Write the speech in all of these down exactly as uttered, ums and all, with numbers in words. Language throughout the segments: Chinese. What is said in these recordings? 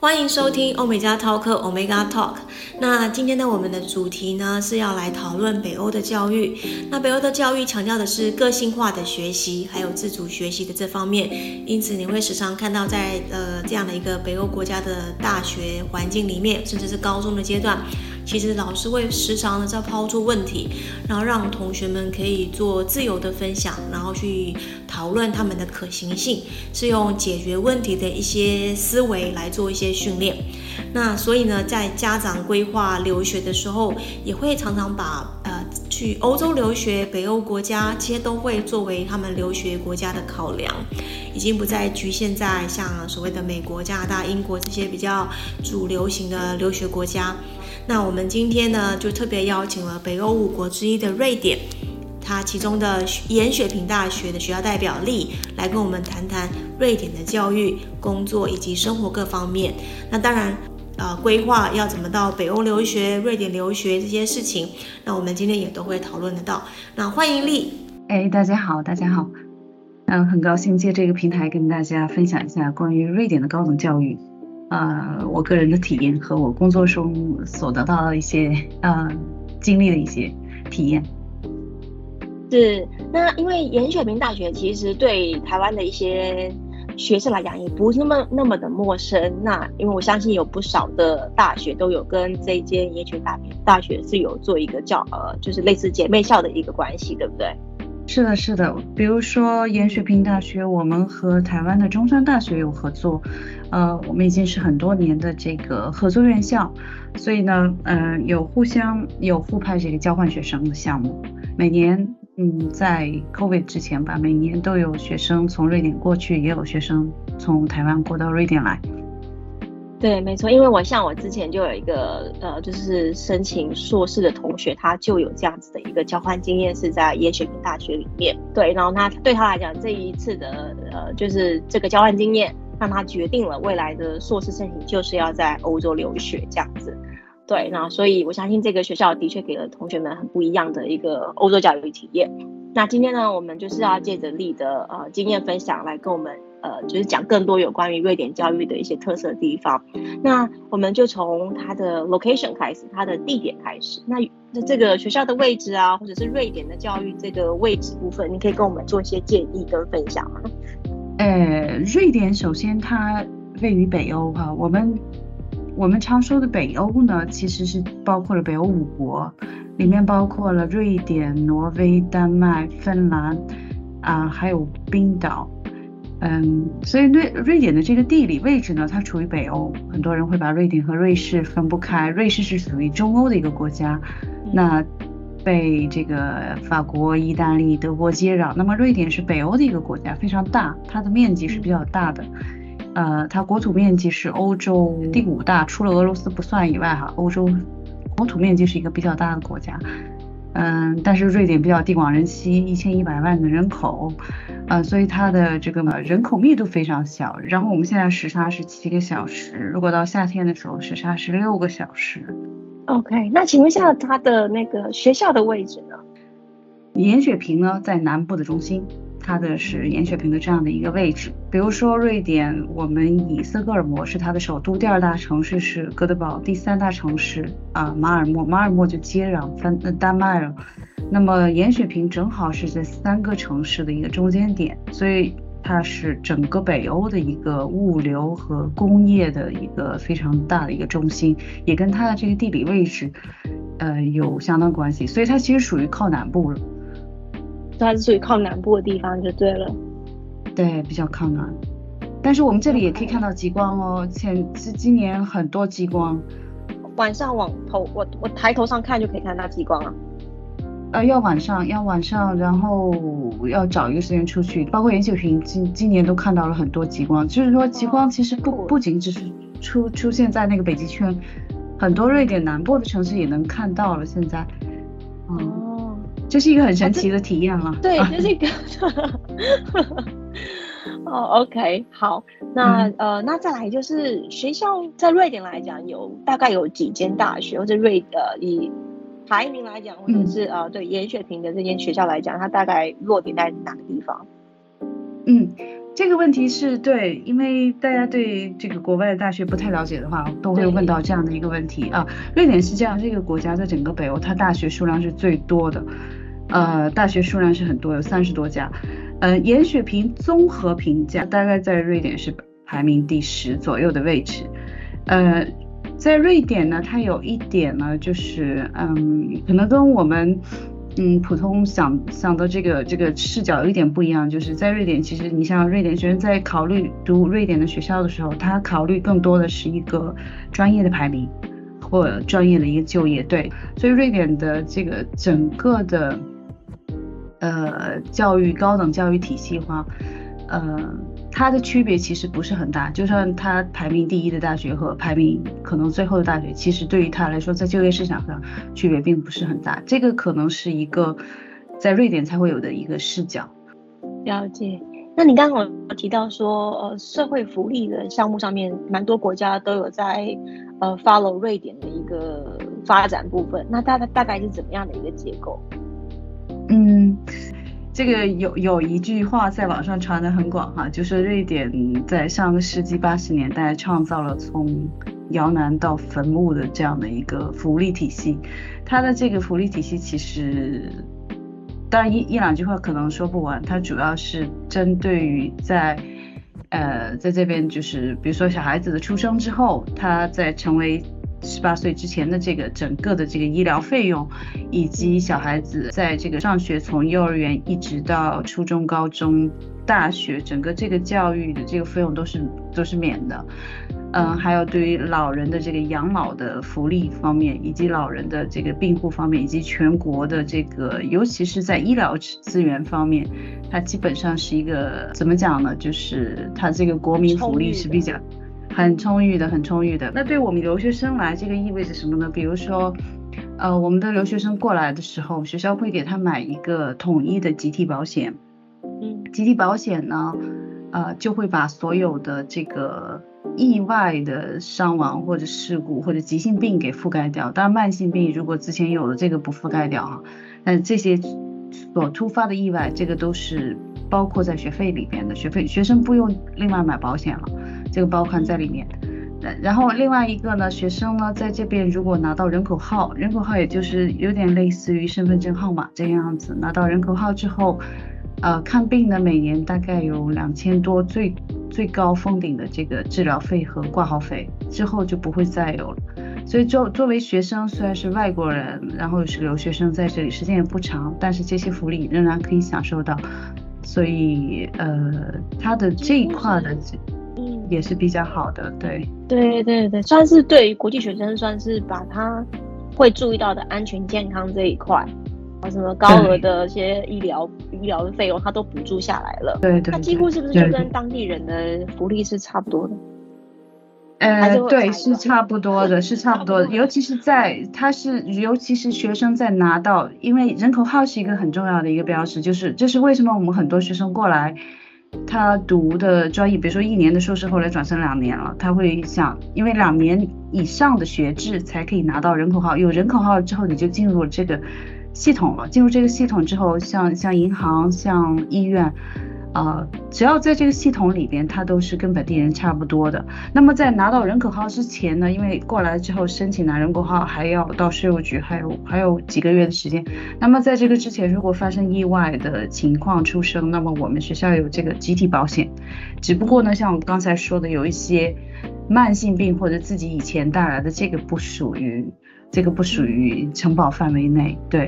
欢迎收听欧美加 Talk Omega Talk。那今天呢，我们的主题呢是要来讨论北欧的教育。那北欧的教育强调的是个性化的学习，还有自主学习的这方面。因此，你会时常看到在呃这样的一个北欧国家的大学环境里面，甚至是高中的阶段，其实老师会时常的在抛出问题，然后让同学们可以做自由的分享，然后去讨论他们的可行性，是用解决问题的一些思维来做一些训练。那所以呢，在家长规划留学的时候，也会常常把呃去欧洲留学、北欧国家这些都会作为他们留学国家的考量，已经不再局限在像所谓的美国、加拿大、英国这些比较主流型的留学国家。那我们今天呢，就特别邀请了北欧五国之一的瑞典，它其中的严雪平大学的学校代表丽来跟我们谈谈瑞典的教育、工作以及生活各方面。那当然呃，规划要怎么到北欧留学、瑞典留学这些事情，那我们今天也都会讨论得到。那欢迎丽。 哎，大家好，大家好。嗯，很高兴借这个平台跟大家分享一下关于瑞典的高等教育，呃，我个人的体验和我工作中所得到的一些呃经历的一些体验。 是，那因为严雪平大学其实对台湾的一些学生来讲也不是那么那么的陌生。那因为我相信有不少的大学都有跟这一间严雪大大学是有做一个教呃，就是类似姐妹校的一个关系，对不对？ 是的，是的。比如说严雪平大学，我们和台湾的中山大学有合作，呃，我们已经是很多年的这个合作院校，所以呢，呃，有互相有互派这个交换学生的项目，每年。嗯，在 COVID 之前吧，每年都有学生从瑞典过去，也有学生从台湾过到瑞典来。 对，没错，因为我像我之前就有一个呃，就是申请硕士的同学，他就有这样子的一个交换经验，是在严雪平大学里面。对，然后他对他来讲，这一次的呃，就是这个交换经验，让他决定了未来的硕士申请就是要在欧洲留学这样子。对，那所以我相信这个学校的确给了同学们很不一样的一个欧洲教育体验。那今天呢，我们就是要借着丽的呃经验分享来跟我们呃就是讲更多有关于瑞典教育的一些特色的地方。那我们就从它的 location 开始，它的地点开始。那这个学校的位置啊，或者是瑞典的教育这个位置部分，你可以跟我们做一些建议跟分享吗？ 呃，瑞典首先它位于北欧哈，我们。我们常说的北欧呢，其实是包括了北欧五国，里面包括了瑞典、挪威、丹麦、芬兰啊、呃，还有冰岛。嗯，所以瑞瑞典的这个地理位置呢，它处于北欧。很多人会把瑞典和瑞士分不开，瑞士是属于中欧的一个国家，那被这个法国、意大利、德国接壤。那么瑞典是北欧的一个国家，非常大，它的面积是比较大的。呃，它国土面积是欧洲第五大，除了俄罗斯不算以外，哈，欧洲国土面积是一个比较大的国家。嗯，但是瑞典比较地广人稀，一千一百万的人口，呃，所以它的这个人口密度非常小。然后我们现在时差是七个小时，如果到夏天的时候，时差是六个小时。 OK， 那请问一下它的那个学校的位置呢？ 严雪平呢，在南部的中心。它的是严雪平的这样的一个位置。比如说瑞典，我们以斯德哥尔摩是它的首都，第二大城市是哥德堡，第三大城市啊、呃、马尔默，马尔默就接壤芬丹麦了。那么严雪平正好是这三个城市的一个中间点，所以它是整个北欧的一个物流和工业的一个非常大的一个中心，也跟它的这个地理位置呃有相当关系，所以它其实属于靠南部了。 它是属于靠南部的地方就对了。 对，比较靠南。但是我们这里也可以看到极光哦，前今年很多极光。 晚上往头我我抬头上看就可以看到极光了。 呃，要晚上，要晚上，然后要找一个时间出去。包括严雪平今今年都看到了很多极光，就是说极光其实不、哦、不仅只是出出现在那个北极圈，很多瑞典南部的城市也能看到了。现在，嗯。哦这是一个很神奇的体验了、啊。 对，这是一个。哦 ，OK， 好，那、嗯、呃，那再来就是学校在瑞典来讲有大概有几间大学，或者瑞呃以排名来讲，或者是、嗯、呃对严雪平的这间学校来讲，它大概落点在哪个地方？ 嗯， 这个问题是对，因为大家对这个国外的大学不太了解的话，都会问到这样的一个问题啊。瑞典是这样，这个国家在整个北欧，它大学数量是最多的，呃，大学数量是很多，有三十多家。呃，研学评综合评价大概在瑞典是排名第十左右的位置。呃，在瑞典呢，它有一点呢，就是嗯，可能跟我们。嗯，普通想想的这个这个视角有一点不一样，就是在瑞典，其实你像瑞典学生在考虑读瑞典的学校的时候，他考虑更多的是一个专业的排名或者专业的一个就业。对，所以瑞典的这个整个的呃教育高等教育体系化，呃。它的区别其实不是很大，就算它排名第一的大学和排名可能最后的大学，其实对于它来说，在就业市场上区别并不是很大。这个可能是一个在瑞典才会有的一个视角。 了解。那你刚刚有提到说，呃，社会福利的项目上面，蛮多国家都有在呃 follow 瑞典的一个发展部分。那大概大概是怎么样的一个结构？ 嗯。这个有有一句话在网上传得很广哈，就是瑞典在上个世纪八十年代创造了从摇篮到坟墓的这样的一个福利体系。它的这个福利体系其实，当然一一两句话可能说不完，它主要是针对于在呃在这边就是比如说小孩子的出生之后，他在成为十八岁之前的这个整个的这个医疗费用，以及小孩子在这个上学从幼儿园一直到初中、高中、大学，整个这个教育的这个费用都是都是免的。嗯，还有对于老人的这个养老的福利方面，以及老人的这个病护方面，以及全国的这个，尤其是在医疗资源方面，它基本上是一个怎么讲呢？就是它这个国民福利是比较。很充裕的，很充裕的。那对我们留学生来，这个意味着什么呢？比如说，呃，我们的留学生过来的时候，学校会给他买一个统一的集体保险。嗯，集体保险呢，呃，就会把所有的这个意外的伤亡或者事故或者急性病给覆盖掉。当然，慢性病如果之前有的这个不覆盖掉哈，但这些所突发的意外，这个都是包括在学费里边的，学费学生不用另外买保险了。这个包含在里面。然后另外一个呢，学生呢在这边如果拿到人口号，人口号也就是有点类似于身份证号码这样子，拿到人口号之后，呃，看病呢每年大概有两千多，最最高封顶的这个治疗费和挂号费，之后就不会再有了。所以作作为学生，虽然是外国人，然后是留学生在这里时间也不长，但是这些福利仍然可以享受到。所以呃，他的这一块的。嗯，也是比较好的，对， 对对对，算是对于国际学生，算是把他会注意到的安全健康这一块，什么高额的一些医疗医疗的费用，他都补助下来了。 对 对, 对， 那几乎是不是就跟当地人的福利是差不多的？ 呃，对，是差不多的，是差不多的，尤其是在他是，尤其是学生在拿到，因为人口号是一个很重要的一个标识，就是这是为什么我们很多学生过来。他读的专业，比如说一年的硕士，后来转成两年了，他会想，因为两年以上的学制才可以拿到人口号，有人口号之后，你就进入了这个系统了。进入这个系统之后，像像银行、像医院，呃，只要在这个系统里边，它都是跟本地人差不多的。那么在拿到人口号之前呢，因为过来之后申请拿人口号还要到税务局，还有还有几个月的时间。那么在这个之前，如果发生意外的情况出生，那么我们学校有这个集体保险。只不过呢，像我刚才说的，有一些慢性病或者自己以前带来的，这个不属于这个不属于承保范围内，对。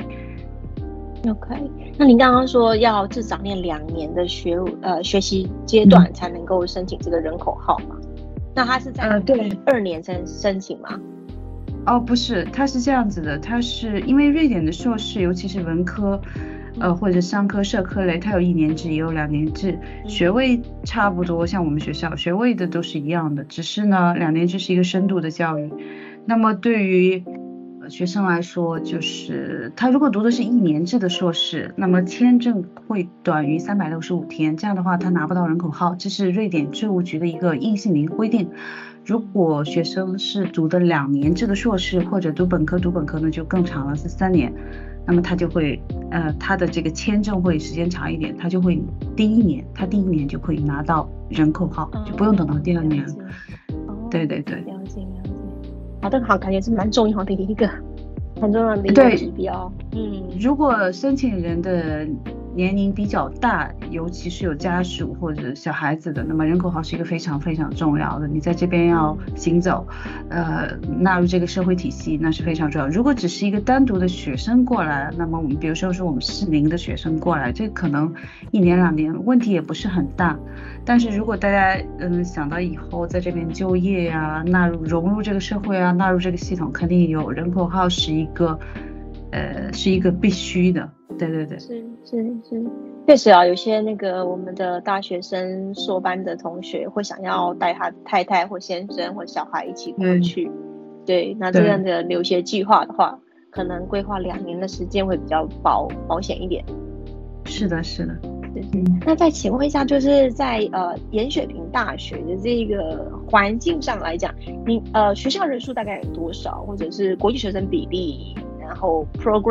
OK， 那您刚刚说要至少念两年的学呃学习阶段才能够申请这个人口号嘛？嗯、那他是在呃对二年才申请吗？ 哦，不是，它是这样子的，它是因为瑞典的硕士，尤其是文科，呃或者商科、社科类，它有一年制也有两年制，学位差不多，像我们学校学位的都是一样的，只是呢两年制是一个深度的教育。那么对于学生来说，就是他如果读的是一年制的硕士，那么签证会短于三百六十五天，这样的话他拿不到人口号，这是瑞典税务局的一个硬性的一个规定。如果学生是读的两年制的硕士，或者读本科，读本科呢就更长了，是三年。 那么他就会呃他的这个签证会时间长一点，他就会第一年他第一年就可以拿到人口号， 哦、 就不用等到第二年。 哦、 对对对， 了解了解。好，这个好，感觉是蛮重要的一个很重要的一个指标。嗯， 如果申请人的年龄比较大，尤其是有家属或者小孩子的，那么人口号是一个非常非常重要的。你在这边要行走，呃，纳入这个社会体系，那是非常重要。如果只是一个单独的学生过来，那么我们比如说是我们适龄的学生过来，这可能一年两年问题也不是很大。但是如果大家嗯想到以后在这边就业呀、啊，纳入融入这个社会啊，纳入这个系统，肯定有人口号是一个呃是一个必须的。对对对， 是是是，确实啊，有些那个我们的面学生硕班的同学会想要带他太太或先生或小孩一起过去，嗯、对，那这样的留学计划的话，可能规划两年的时间会比较保保险一点。 是的，是的。 嗯、那再请问一下，就是在呃严雪萍大学的这个环境上来讲，你呃学校人数大概有多少，或者是国际学生比例，然后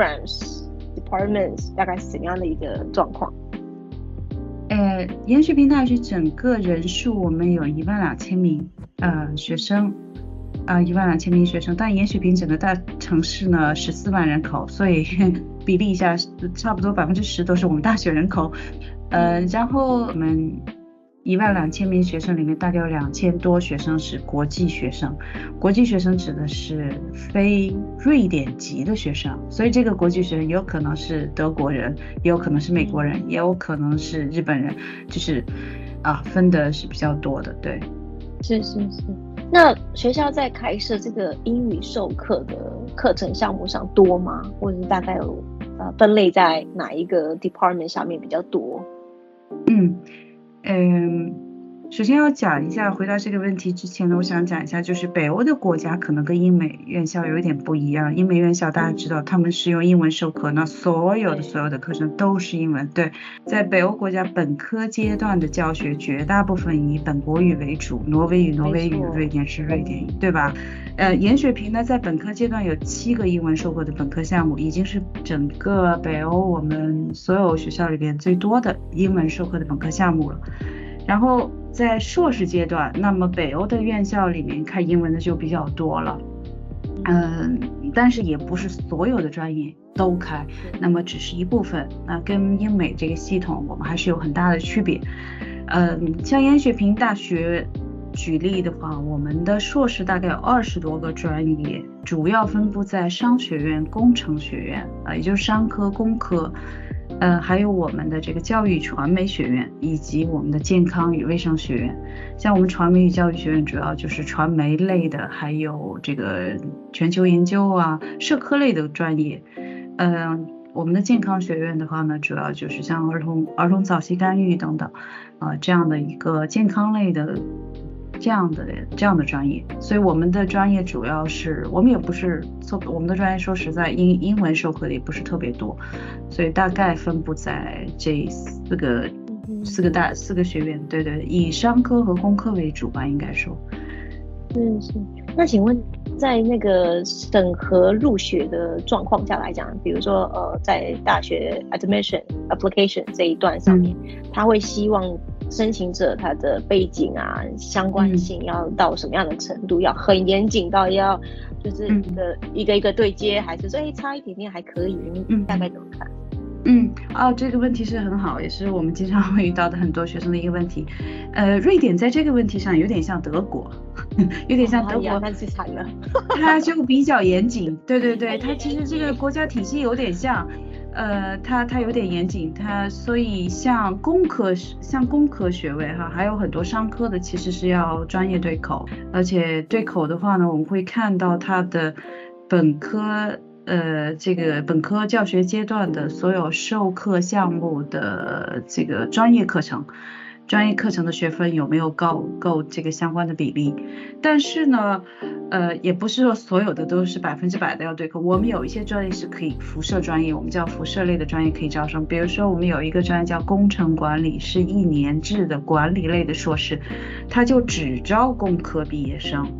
programs。Departments 大概是怎样的一个状况？ 呃，严雪萍大学整个人数我们有一万两千名呃学生，啊一万两千名学生，但严雪萍整个大城市呢十四万人口，所以比例一下差不多百分之十都是我们大学人口，呃，然后我们一万两千名学生里面大概有两千多学生是国际学生，国际学生指的是非瑞典籍的学生，所以这个国际学生也有可能是德国人，也有可能是美国人，也有可能是日本人，就是啊分的是比较多的。对， 是是是。那学校在开设这个英语授课的课程项目上多吗？或者是大概有呃分类在哪一个 department 上面比较多？ 嗯。嗯，首先要讲一下，回答这个问题之前呢，我想讲一下，就是北欧的国家可能跟英美院校有一点不一样。英美院校大家知道，他们是用英文授课，那所有的所有的课程都是英文。对，在北欧国家本科阶段的教学，绝大部分以本国语为主，挪威语、挪威语，瑞典是瑞典语，对吧？呃，严雪萍呢，在本科阶段有七个英文授课的本科项目，已经是整个北欧我们所有学校里边最多的英文授课的本科项目了。然后在硕士阶段，那么北欧的院校里面开英文的就比较多了，嗯，但是也不是所有的专业都开，那么只是一部分。那跟英美这个系统，我们还是有很大的区别。嗯，像严雪萍大学举例的话，我们的硕士大概有二十多个专业，主要分布在商学院、工程学院啊，也就是商科、工科，呃，还有我们的这个教育传媒学院，以及我们的健康与卫生学院。像我们传媒与教育学院主要就是传媒类的，还有这个全球研究啊、社科类的专业。嗯、呃，我们的健康学院的话呢，主要就是像儿童儿童早期干预等等，呃，这样的一个健康类的。这样的这样的专业，所以我们的专业主要是，我们也不是做我们的专业，说实在英英文授课的也不是特别多，所以大概分布在这四个四个大四个学院，对对，以商科和工科为主吧，应该说。 是是。那请问，在那个审核入学的状况下来讲，比如说呃，在大学 admission application 这一段上面，嗯、他会希望申请者他的背景啊、相关性要到什么样的程度？嗯、要很严谨到要就是一个、嗯、一个一个对接，还是说哎差一点点还可以？你大概怎么看？ 嗯，哦，这个问题是很好，也是我们经常会遇到的很多学生的一个问题。呃，瑞典在这个问题上有点像德国，有点像德国， 那是惨了。 它就比较严谨，对对对，它其实这个国家体系有点像。呃，它它有点严谨，它所以像工科像工科学位哈，还有很多商科的其实是要专业对口，而且对口的话呢，我们会看到它的本科呃这个本科教学阶段的所有授课项目的这个专业课程。专业课程的学分有没有够够这个相关的比例？但是呢，呃，也不是说所有的都是百分之百的要对口。我们有一些专业是可以辐射专业，我们叫辐射类的专业可以招生。比如说，我们有一个专业叫工程管理，是一年制的管理类的硕士，它就只招工科毕业生。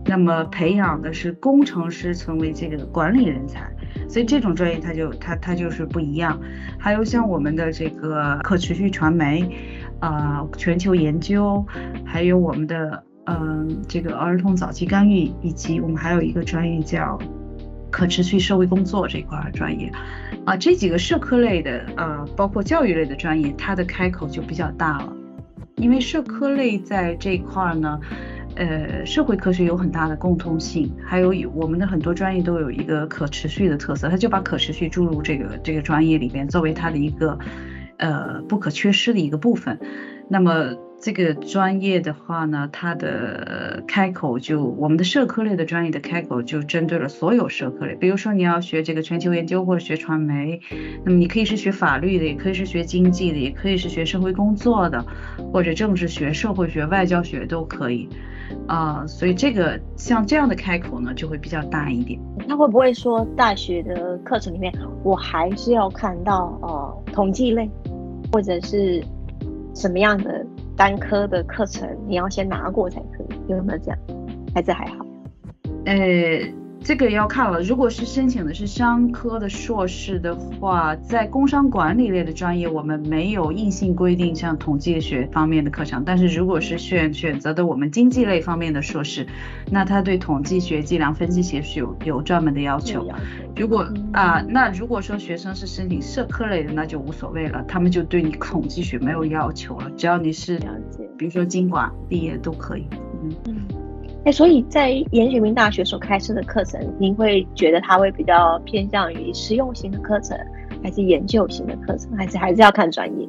那么培养的是工程师成为这个管理人才，所以这种专业它就它它就是不一样。还有像我们的这个可持续传媒，呃，全球研究，还有我们的嗯、呃、这个儿童早期干预，以及我们还有一个专业叫可持续社会工作这块专业，啊、呃，这几个社科类的呃，包括教育类的专业，它的开口就比较大了，因为社科类在这一块呢。呃，社会科学有很大的共通性，还有我们的很多专业都有一个可持续的特色，它就把可持续注入这个这个专业里边，作为它的一个呃不可缺失的一个部分。那么这个专业的话呢，它的开口就我们的社科类的专业的开口就针对了所有社科类，比如说你要学这个全球研究或者学传媒，那么你可以是学法律的，也可以是学经济的，也可以是学社会工作的，或者政治学、社会学、外交学都可以。啊、呃，所以这个像这样的开口呢，就会比较大一点。 那会不会说大学的课程里面，我还是要看到呃统计类，或者是什么样的单科的课程，你要先拿过才可以？有没有这样？还是还好？ 呃。这个要看了，如果是申请的是商科的硕士的话，在工商管理类的专业，我们没有硬性规定像统计学方面的课程，但是如果是选选择的我们经济类方面的硕士，那他对统计学、计量分析学是有有专门的要求。如果啊、呃，那如果说学生是申请社科类的，那就无所谓了，他们就对你统计学没有要求了，只要你是比如说经管毕业都可以。嗯。嗯欸、所以在严学民大学所开设的课程，您会觉得它会比较偏向于实用型的课程，还是研究型的课程，还是还是要看专业？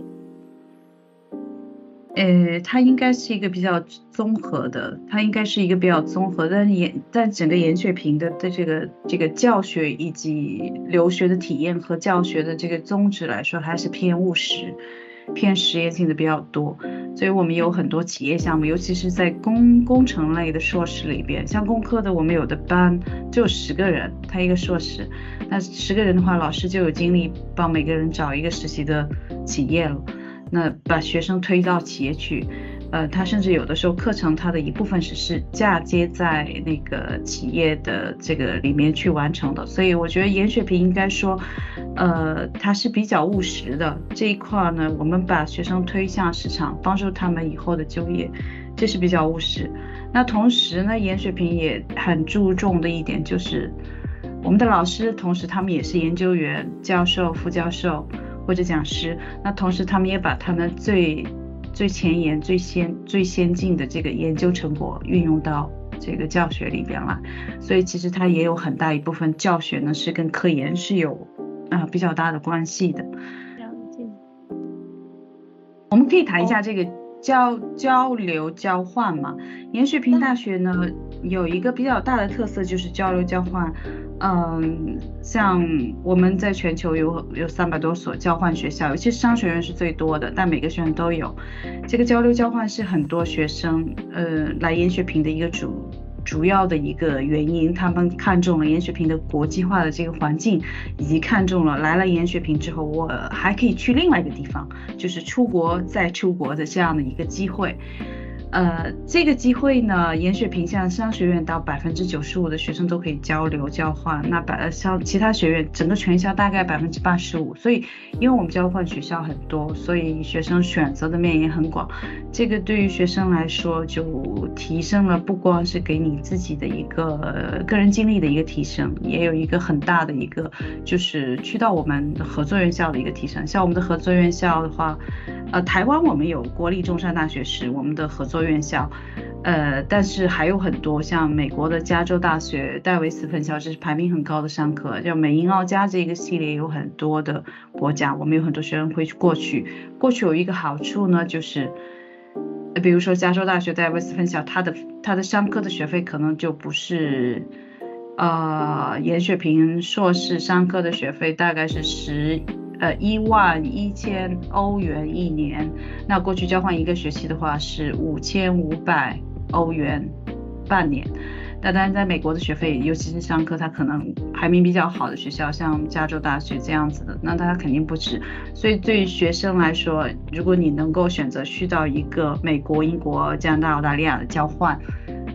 呃，它应该是一个比较综合的，它应该是一个比较综合，但研但整个严学平的的这个这个教学以及留学的体验和教学的这个宗旨来说，还是偏务实、偏实验性的比较多。所以我们有很多企业项目，尤其是在工工程类的硕士里边，像工科的我们有的班就有十个人，他一个硕士，那十个人的话，老师就有精力帮每个人找一个实习的企业了，那把学生推到企业去。呃，他甚至有的时候课程它的一部分是是嫁接在那个企业的这个里面去完成的，所以我觉得严学平应该说，呃，它是比较务实的这一块呢，我们把学生推向市场，帮助他们以后的就业，这是比较务实。那同时呢，严学平也很注重的一点就是，我们的老师同时他们也是研究员、教授、副教授或者讲师，那同时他们也把他们最最前沿、最先、最先进的这个研究成果运用到这个教学里边来，所以其实它也有很大一部分教学呢是跟科研是有啊、呃、比较大的关系的。了解。我们可以谈一下这个交交流交换嘛。严学平大学呢有一个比较大的特色就是交流交换。嗯，像我们在全球有有三百多所交换学校，尤其是商学院是最多的，但每个学院都有。这个交流交换是很多学生呃来严学平的一个主主要的一个原因，他们看中了严学平的国际化的这个环境，以及看中了来了严学平之后，我还可以去另外一个地方，就是出国再出国的这样的一个机会。呃，这个机会呢，严学平像商学院到百分之九十五的学生都可以交流交换，那百像其他学院整个全校大概百分之八十五，所以因为我们交换学校很多，所以学生选择的面也很广。这个对于学生来说，就提升了不光是给你自己的一个、呃、个人经历的一个提升，也有一个很大的一个就是去到我们合作院校的一个提升。像我们的合作院校的话，呃，台湾我们有国立中山大学是我们的合作院校，呃，但是还有很多像美国的加州大学戴维斯分校，这是排名很高的商科，叫美英澳加这个系列有很多的国家，我们有很多学生会过去。过去有一个好处呢，就是比如说加州大学戴维斯分校，它的它的商科的学费可能就不是呃严学平硕士商科的学费大概是十呃一万一千欧元一年，那过去交换一个学期的话是五千五百欧元半年。那当然在美国的学费，尤其是商科，它可能排名比较好的学校，像加州大学这样子的，那它肯定不止。所以对于学生来说，如果你能够选择去到一个美国、英国、加拿大、澳大利亚的交换，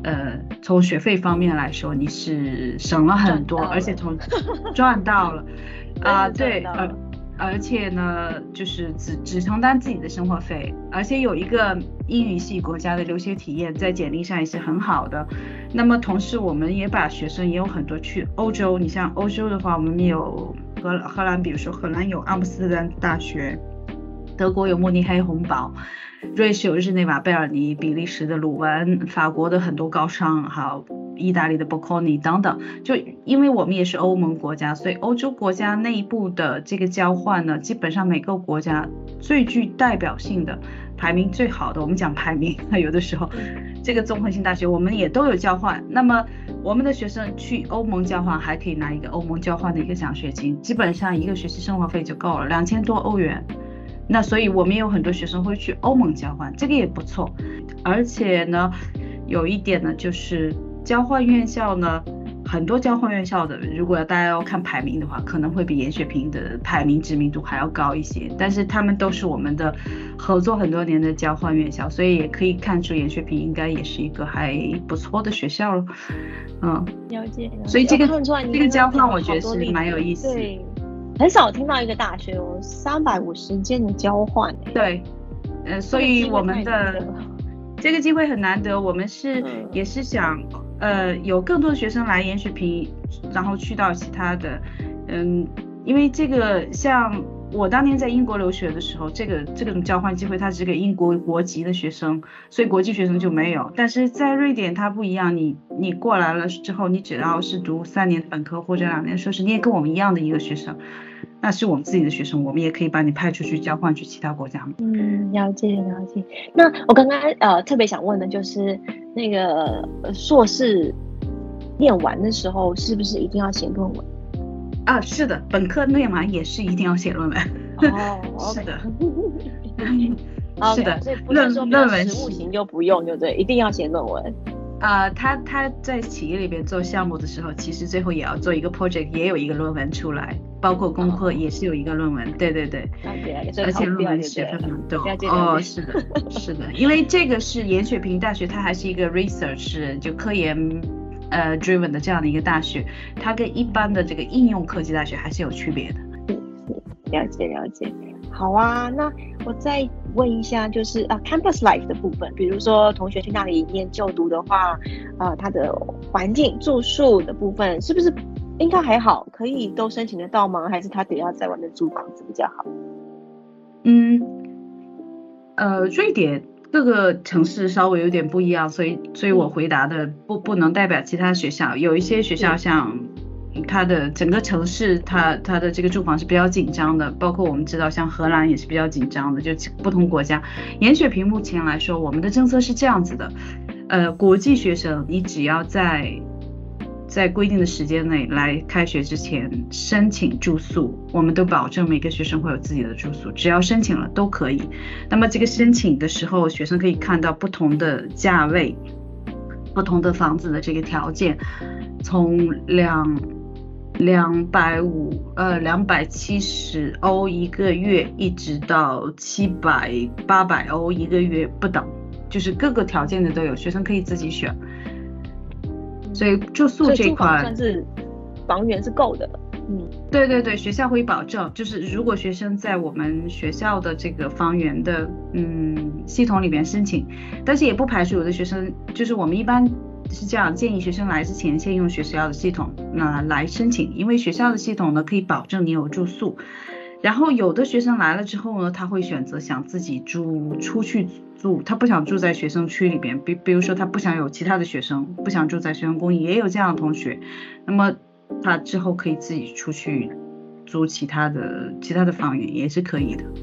呃，从学费方面来说，你是省了很多，而且从赚到了啊、呃，对，而而且呢，就是只只承担自己的生活费，而且有一个英语系国家的留学体验，在简历上也是很好的。那么同时，我们也把学生也有很多去欧洲，你像欧洲的话，我们有荷荷兰，比如说荷兰有阿姆斯特丹大学。德国有慕尼黑洪堡，瑞士有日内瓦贝尔尼，比利时的鲁汶，法国的很多高商，还有意大利的 Bocconi 等等。就因为我们也是欧盟国家，所以欧洲国家内部的这个交换呢，基本上每个国家最具代表性的、排名最好的，我们讲排名，有的时候这个综合性大学我们也都有交换。那么我们的学生去欧盟交换，还可以拿一个欧盟交换的一个奖学金，基本上一个学期生活费就够了，两千多欧元。那所以我们也有很多学生会去欧盟交换，这个也不错。而且呢，有一点呢，就是交换院校呢，很多交换院校的，如果大家要看排名的话，可能会比严学平的排名知名度还要高一些。但是他们都是我们的合作很多年的交换院校，所以也可以看出严学平应该也是一个还不错的学校了。嗯， 了解。 所以这个这个交换我觉得是蛮有意思。 对。很少听到一个大学有三百五十间的交换。 对，呃，所以我们的这个机会很难得，我们是、嗯、也是想，呃，有更多的学生来严学平，然后去到其他的，嗯，因为这个像我当年在英国留学的时候，这个这种交换机会它只给英国国籍的学生，所以国际学生就没有。但是在瑞典它不一样，你你过来了之后，你只要是读三年本科或者两年硕士，你也跟我们一样的一个学生。那是我们自己的学生，我们也可以把你派出去交换去其他国家。 嗯，了解了解。那我刚刚呃特别想问的就是那个硕士念完的时候，是不是一定要写论文？ 啊，是的，本科念完也是一定要写论文。 哦， 是的， 是的，所以不是说论文实务型就不用，对不对？一定要写论文。 啊、呃，他他在企业里边做项目的时候，其实最后也要做一个 project， 也有一个论文出来，包括功课也是有一个论文，哦、对对对，而且论文学分很多。哦，是的，是的，因为这个是严学平大学，它还是一个 research 就科研呃 driven 的这样的一个大学，它跟一般的这个应用科技大学还是有区别的。 是是，了解了解。好啊，那我再问一下，就是啊 ，campus life 的部分，比如说同学去那里面就读的话，呃，它的环境、住宿的部分，是不是应该还好，可以都申请得到吗？还是他得要在外面租房子比较好？ 嗯，呃，瑞典各个城市稍微有点不一样，所以，所以我回答的不不能代表其他学校，有一些学校像。它的整个城市它它的这个住房是比较紧张的，包括我们知道像荷兰也是比较紧张的，就不同国家。严学平目前来说，我们的政策是这样子的，呃，国际学生你只要在在规定的时间内来开学之前申请住宿，我们都保证每个学生会有自己的住宿，只要申请了都可以。那么这个申请的时候，学生可以看到不同的价位，不同的房子的这个条件，从两两百五呃两百七十欧一个月，一直到七百八百欧一个月不等，就是各个条件的都有，学生可以自己选。所以住宿这一块算是房源是够的。嗯， 对对对，学校会保证，就是如果学生在我们学校的这个房源的嗯系统里面申请，但是也不排除有的学生，就是我们一般是这样建议学生来之前先用学校的系统那来申请，因为学校的系统呢可以保证你有住宿。然后有的学生来了之后呢，他会选择想自己住出去住，他不想住在学生区里边，比比如说他不想有其他的学生，不想住在学生公寓，也有这样的同学，那么他之后可以自己出去租其他的其他的房源也是可以的。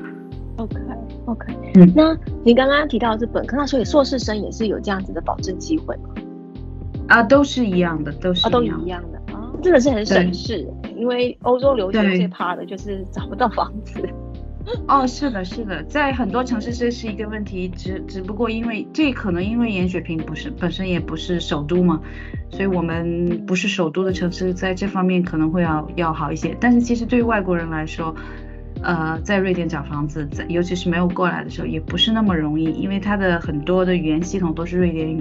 OK OK，嗯，那你刚刚提到的是本科，那所以硕士生也是有这样子的保证机会吗？ 啊，都是一样的，都是一样的， 啊、都一样的啊，真的是很省事，因为欧洲留学最怕的就是找不到房子。 哦，是的，是的，在很多城市这是一个问题，只只不过因为这可能因为严学平不是本身也不是首都嘛，所以我们不是首都的城市，在这方面可能会要要好一些。但是其实对于外国人来说，呃，在瑞典找房子，尤其是没有过来的时候，也不是那么容易，因为它的很多的语言系统都是瑞典语啊。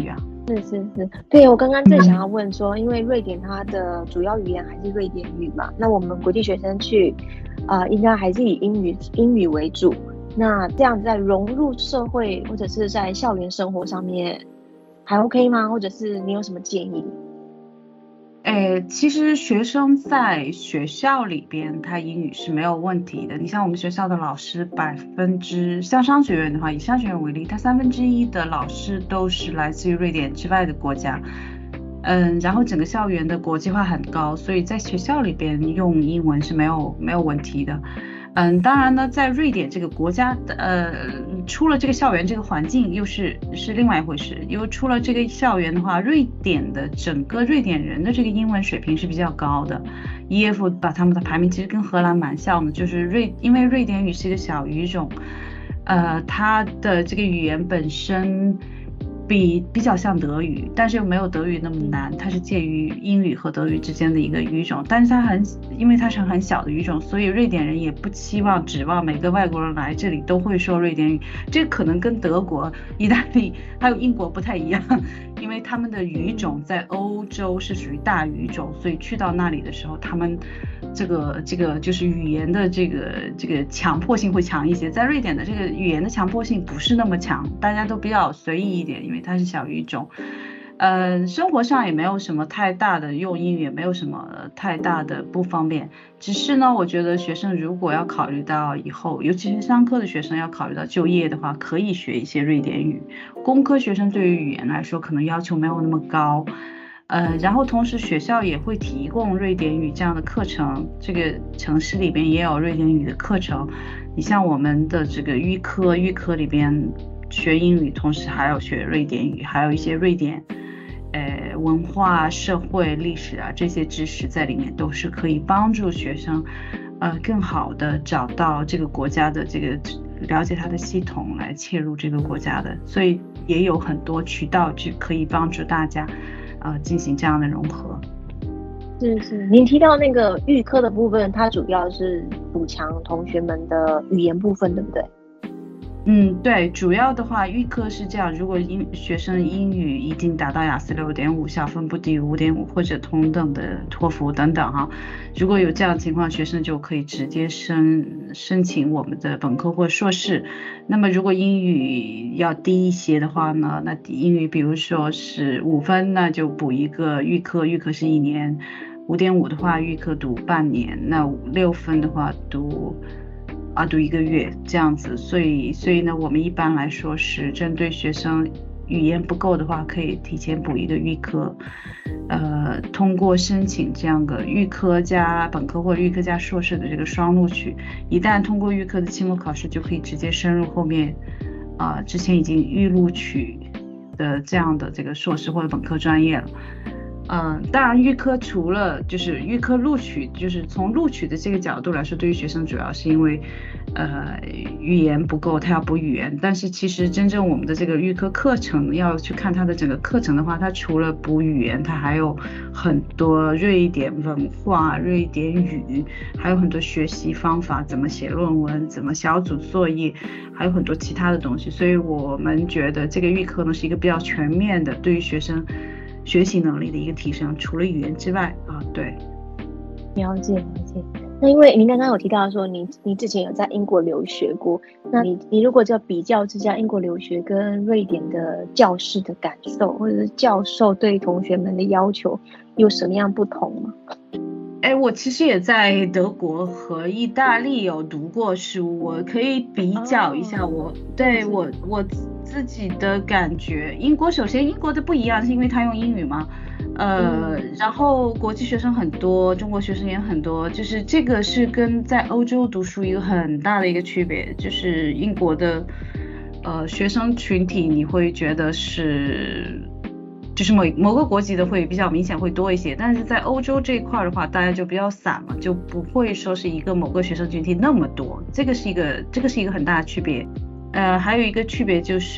是是是，对，我刚刚正想要问说，因为瑞典它的主要语言还是瑞典语嘛，那我们国际学生去，呃，应该还是以英语英语为主。那这样在融入社会或者是在校园生活上面还 OK 吗？或者是你有什么建议？ 诶，其实学生在学校里边，他英语是没有问题的。你像我们学校的老师，百分之像商学院的话，以商学院为例，它三分之一的老师都是来自于瑞典之外的国家。嗯，然后整个校园的国际化很高，所以在学校里边用英文是没有没有问题的。嗯，当然呢，在瑞典这个国家的呃，出了这个校园这个环境又是是另外一回事。因为出了这个校园的话，瑞典的整个瑞典人的这个英文水平是比较高的。E F 把他们的排名其实跟荷兰蛮像的，就是瑞因为瑞典语是一个小语种，呃，它的这个语言本身比比较像德语，但是又没有德语那么难，它是介于英语和德语之间的一个语种，但是它很因为它是很小的语种，所以瑞典人也不期望指望每个外国人来这里都会说瑞典语，这可能跟德国、意大利还有英国不太一样，因为他们的语种在欧洲是属于大语种，所以去到那里的时候，他们这个这个就是语言的这个这个强迫性会强一些，在瑞典的这个语言的强迫性不是那么强，大家都比较随意一点，因为它是小语种。呃，生活上也没有什么太大的用英语，也没有什么太大的不方便。只是呢，我觉得学生如果要考虑到以后，尤其是商科的学生要考虑到就业的话，可以学一些瑞典语。工科学生对于语言来说，可能要求没有那么高。呃，然后同时学校也会提供瑞典语这样的课程，这个城市里边也有瑞典语的课程。你像我们的这个预科，预科里边学英语，同时还有学瑞典语，还有一些瑞典呃文化、社会、历史啊这些知识在里面，都是可以帮助学生呃更好的找到这个国家的这个了解它的系统，来切入这个国家的，所以也有很多渠道去可以帮助大家呃进行这样的融合。 是是，您提到那个预科的部分，它主要是补强同学们的语言部分，对不对？ 嗯，对，主要的话，预科是这样，如果英学生英语已经达到雅思六点五，小分不低于五点五或者同等的托福等等哈，如果有这样的情况，学生就可以直接申申请我们的本科或硕士。那么如果英语要低一些的话呢，那英语比如说是五分，那就补一个预科，预科是一年；五点五的话，预科读半年；那六分的话读。啊，读一个月这样子，所以所以呢，我们一般来说是针对学生语言不够的话，可以提前补一个预科，呃，通过申请这样的预科加本科或者预科加硕士的这个双录取，一旦通过预科的期末考试，就可以直接升入后面啊、呃、之前已经预录取的这样的这个硕士或者本科专业了。嗯，当然预科除了就是预科录取，就是从录取的这个角度来说，对于学生主要是因为呃语言不够，他要补语言。但是其实真正我们的这个预科课程要去看它的整个课程的话，它除了补语言，它还有很多瑞典文化、瑞典语，还有很多学习方法，怎么写论文，怎么小组作业，还有很多其他的东西。所以我们觉得这个预科呢是一个比较全面的，对于学生学习能力的一个提升，除了语言之外啊，对， 了解了解。那因为您刚刚有提到说您您之前有在英国留学过，那你你如果就比较之下英国留学跟瑞典的教师的感受，或者是教授对同学们的要求有什么样不同吗？ 哎，我其实也在德国和意大利有读过书，我可以比较一下我、哦、对我我自己的感觉。英国首先英国的不一样是因为他用英语嘛，呃、嗯，然后国际学生很多，中国学生也很多，就是这个是跟在欧洲读书一个很大的一个区别，就是英国的呃学生群体你会觉得是。就是某某个国籍的会比较明显会多一些，但是在欧洲这一块的话，大家就比较散了，就不会说是一个某个学生群体那么多，这个是一个这个是一个很大的区别。呃，还有一个区别就是，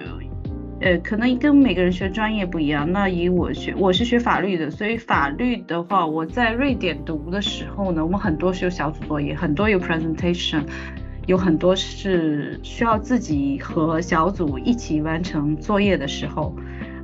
呃，可能跟每个人学专业不一样。那以我学我是学法律的，所以法律的话，我在瑞典读的时候呢，我们很多是有小组作业，很多有 presentation， 有很多是需要自己和小组一起完成作业的时候。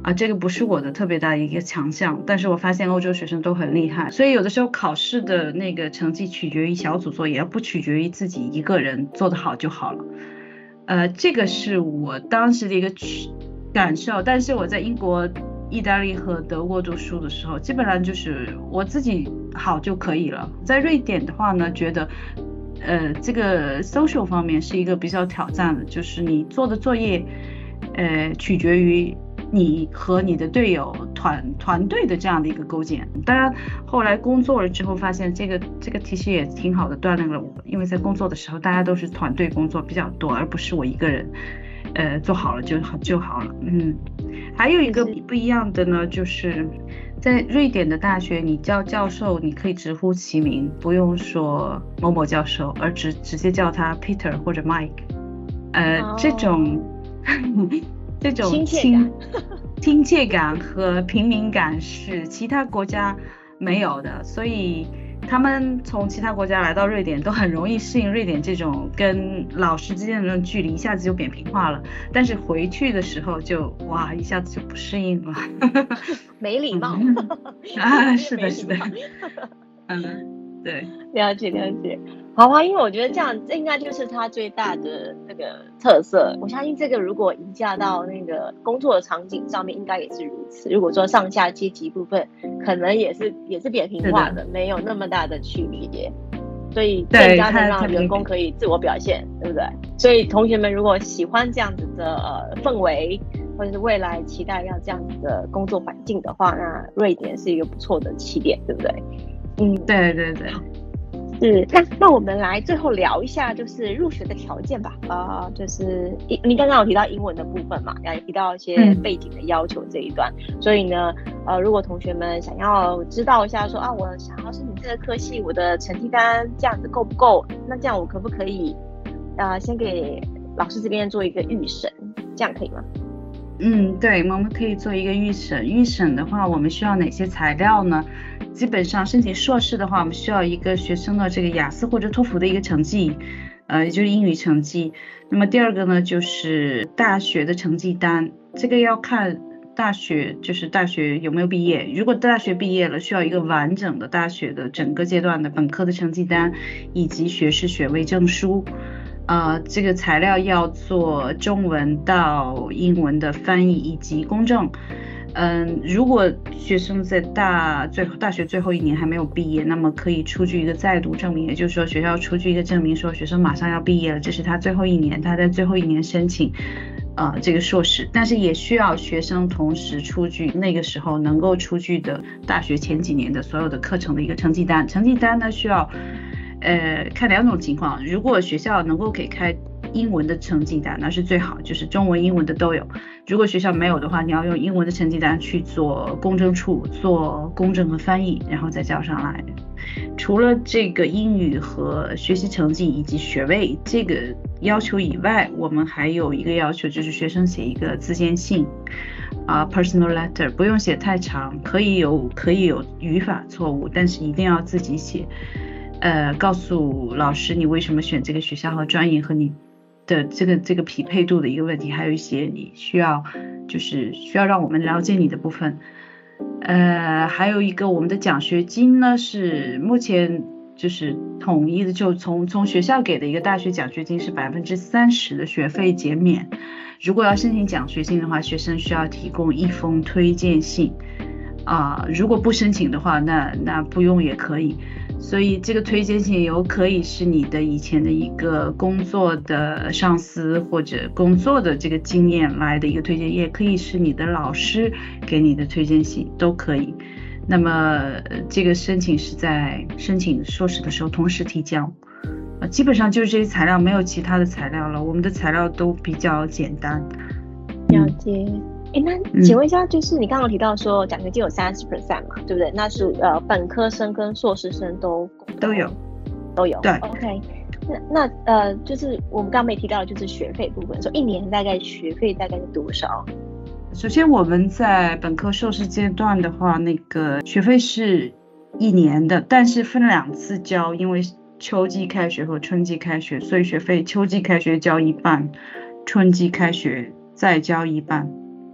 啊，这个不是我的特别大的一个强项，但是我发现欧洲学生都很厉害，所以有的时候考试的那个成绩取决于小组作业，而不取决于自己一个人做得好就好了。呃，这个是我当时的一个感受，但是我在英国、意大利和德国读书的时候，基本上就是我自己好就可以了。在瑞典的话呢，觉得呃这个 social 方面是一个比较挑战的，就是你做的作业呃取决于你和你的队友团团队的这样的一个构建。当然后来工作了之后发现这个这个其实也挺好的，锻炼了我，因为在工作的时候大家都是团队工作比较多，而不是我一个人呃做好了就好就好了。嗯，还有一个不一样的呢，就是在瑞典的大学你叫教授你可以直呼其名，不用说某某教授，而直直接叫他 Peter 或者 Mike。 呃、oh. 这种这种亲切感亲切感和平民感是其他国家没有的，所以他们从其他国家来到瑞典都很容易适应瑞典这种跟老师之间的这种距离，一下子就扁平化了，但是回去的时候就哇一下子就不适应了没礼貌啊，是的是的嗯，对， 了解了解。好啊，因为我觉得这样这应该就是他最大的那个特色。我相信这个如果移嫁到那个工作的场景上面，应该也是如此。如果说上下阶级部分，可能也是也是扁平化的，没有那么大的区别，所以更加能让员工可以自我表现， 对, 对不对？所以同学们如果喜欢这样子的呃氛围，或者是未来期待要这样子的工作环境的话，那瑞典是一个不错的起点，对不对？ 嗯，对对对。 是，那那我们来最后聊一下，就是入学的条件吧。啊、呃，就是您刚刚有提到英文的部分嘛，也提到一些背景的要求这一段。嗯、所以呢，呃，如果同学们想要知道一下说，说啊，我想要申请这个科系，我的成绩单这样子够不够？那这样我可不可以，呃，先给老师这边做一个预审，这样可以吗？ 嗯，对，我们可以做一个预审。预审的话，我们需要哪些材料呢？基本上申请硕士的话，我们需要一个学生的这个雅思或者托福的一个成绩，呃，也就是英语成绩。那么第二个呢，就是大学的成绩单，这个要看大学，就是大学有没有毕业。如果大学毕业了，需要一个完整的大学的整个阶段的本科的成绩单，以及学士学位证书。呃，这个材料要做中文到英文的翻译以及公证。嗯，如果学生在大最大学最后一年还没有毕业，那么可以出具一个在读证明，也就是说学校出具一个证明说学生马上要毕业了，这是他最后一年，他在最后一年申请呃这个硕士，但是也需要学生同时出具那个时候能够出具的大学前几年的所有的课程的一个成绩单。成绩单呢需要呃看两种情况，如果学校能够给开英文的成绩单那是最好，就是中文英文的都有。如果学校没有的话，你要用英文的成绩单去做公证处做公证和翻译，然后再交上来。除了这个英语和学习成绩以及学位这个要求以外，我们还有一个要求，就是学生写一个自荐信啊、uh, personal letter， 不用写太长，可以有可以有语法错误，但是一定要自己写，呃，告诉老师你为什么选这个学校和专业和你的这个这个匹配度的一个问题，还有一些你需要就是需要让我们了解你的部分。呃，还有一个我们的奖学金呢是目前就是统一的，就从从学校给的一个大学奖学金是百分之三十的学费减免。如果要申请奖学金的话，学生需要提供一封推荐信啊、呃，如果不申请的话，那那不用也可以。所以这个推荐信有可以是你的以前的一个工作的上司或者工作的这个经验来的一个推荐，也可以是你的老师给你的推荐信，都可以。那么这个申请是在申请硕士的时候同时提交，呃，基本上就是这些材料，没有其他的材料了。我们的材料都比较简单。 了解。哎，那请问一下，就是你刚刚提到说奖学金有三十 percent 嘛，对不对？那是呃本科生跟硕士生都都有都有。 对 ，OK。那那呃，就是我们刚刚没提到的就是学费部分，说一年大概学费大概是多少？ 首先我们在本科硕士阶段的话，那个学费是一年的，但是分两次交，因为秋季开学和春季开学，所以学费秋季开学交一半，春季开学再交一半。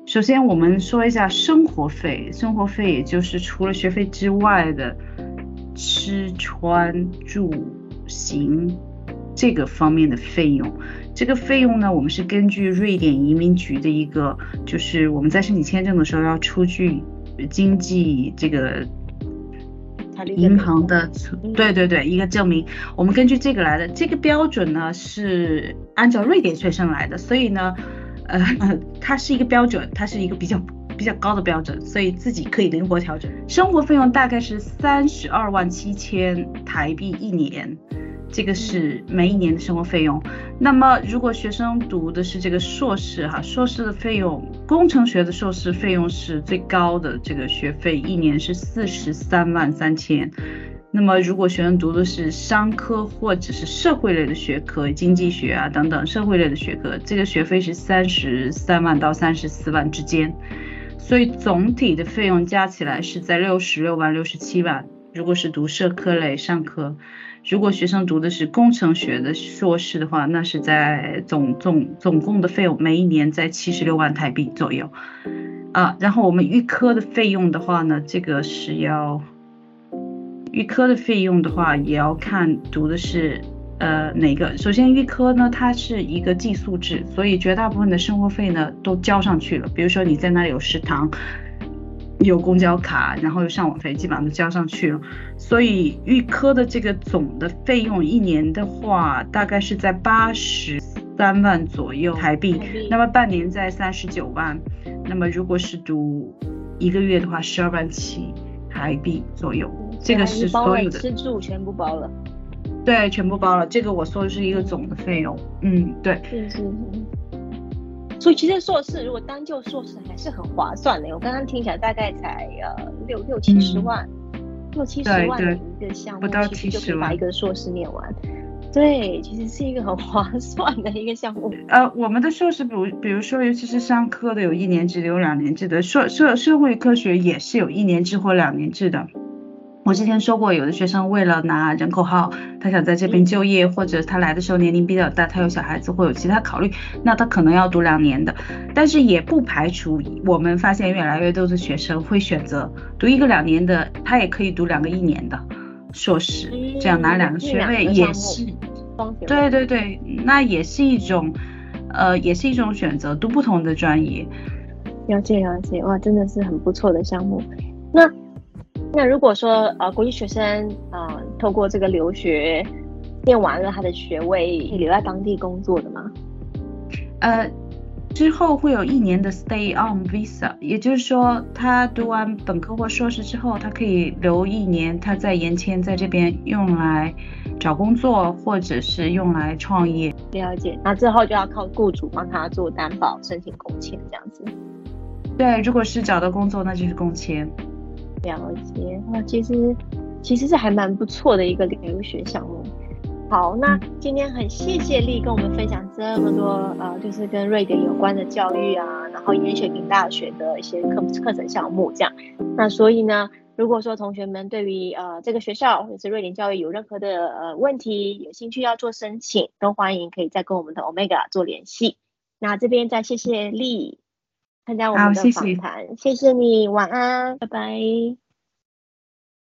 首先我们说一下生活费，生活费也就是除了学费之外的吃穿住行这个方面的费用。这个费用呢，我们是根据瑞典移民局的一个，就是我们在申请签证的时候要出具经济这个银行的，对对对，一个证明，我们根据这个来的。这个标准呢是按照瑞典学生来的，所以呢，呃，它是一个标准，它是一个比较比较高的标准，所以自己可以灵活调整。生活费用大概是三十二万七千台币一年。这个是每一年的生活费用。那么如果学生读的是这个硕士哈，硕士的费用，工程学的硕士费用是最高的，这个学费一年是四十三万三千。那么如果学生读的是商科或者是社会类的学科，经济学啊等等社会类的学科，这个学费是三十三万到三十四万之间。所以总体的费用加起来是在六十六万六十七万。如果是读社科类商科，如果学生读的是工程学的硕士的话，那是在总总总共的费用每一年在七十六万台币左右啊。然后我们预科的费用的话呢，这个是要预科的费用的话也要看读的是呃哪个。首先预科呢，它是一个寄宿制，所以绝大部分的生活费呢都交上去了。比如说你在那里有食堂，有公交卡，然后有上网费，基本上都交上去了。所以预科的这个总的费用一年的话，大概是在八十三万左右台币，那么半年在三十九万。那么如果是读一个月的话，十二万七台币左右。这个是所有的吃住全部包了。 对，全部包了。这个我说的是一个总的费用。嗯，对。 是是是。所以其实硕士如果单就硕士还是很划算的，我刚刚听起来大概才呃六六七十万，嗯、六七十万的一个项目， 不到七十万就可以把一个硕士念完。对，其实是一个很划算的一个项目。 呃，我们的硕士，比如比如说，尤其是商科的有一年制的，有两年制的，社社社会科学也是有一年制或两年制的。我之前说过，有的学生为了拿人口号，他想在这边就业，或者他来的时候年龄比较大，他有小孩子或有其他考虑，那他可能要读两年的。但是也不排除我们发现越来越多的学生会选择读一个两年的，他也可以读两个一年的硕士，这样拿两个学位也是，对对对，那也是一种，呃，也是一种选择，读不同的专业。 了解了解，哇，真的是很不错的项目。那那如果说呃国际学生呃透过这个留学念完了他的学位，可以留在当地工作的吗？ 呃，之后会有一年的 stay on visa， 也就是说他读完本科或硕士之后，他可以留一年，他再延签在这边用来找工作或者是用来创业。 了解，那之后就要靠雇主帮他做担保申请工签这样子。 对，如果是找到工作那就是工签。 了解，哇，其实其实是还蛮不错的一个留学项目。好，那今天很谢谢丽跟我们分享这么多呃，就是跟瑞典有关的教育啊，然后耶雪平大学的一些课课程项目这样。那所以呢，如果说同学们对于呃这个学校或者是瑞典教育有任何的呃问题，有兴趣要做申请，都欢迎可以再跟我们的 Omega 做联系。那这边再谢谢丽参加我们的访谈，谢谢，谢谢你，晚安，拜拜。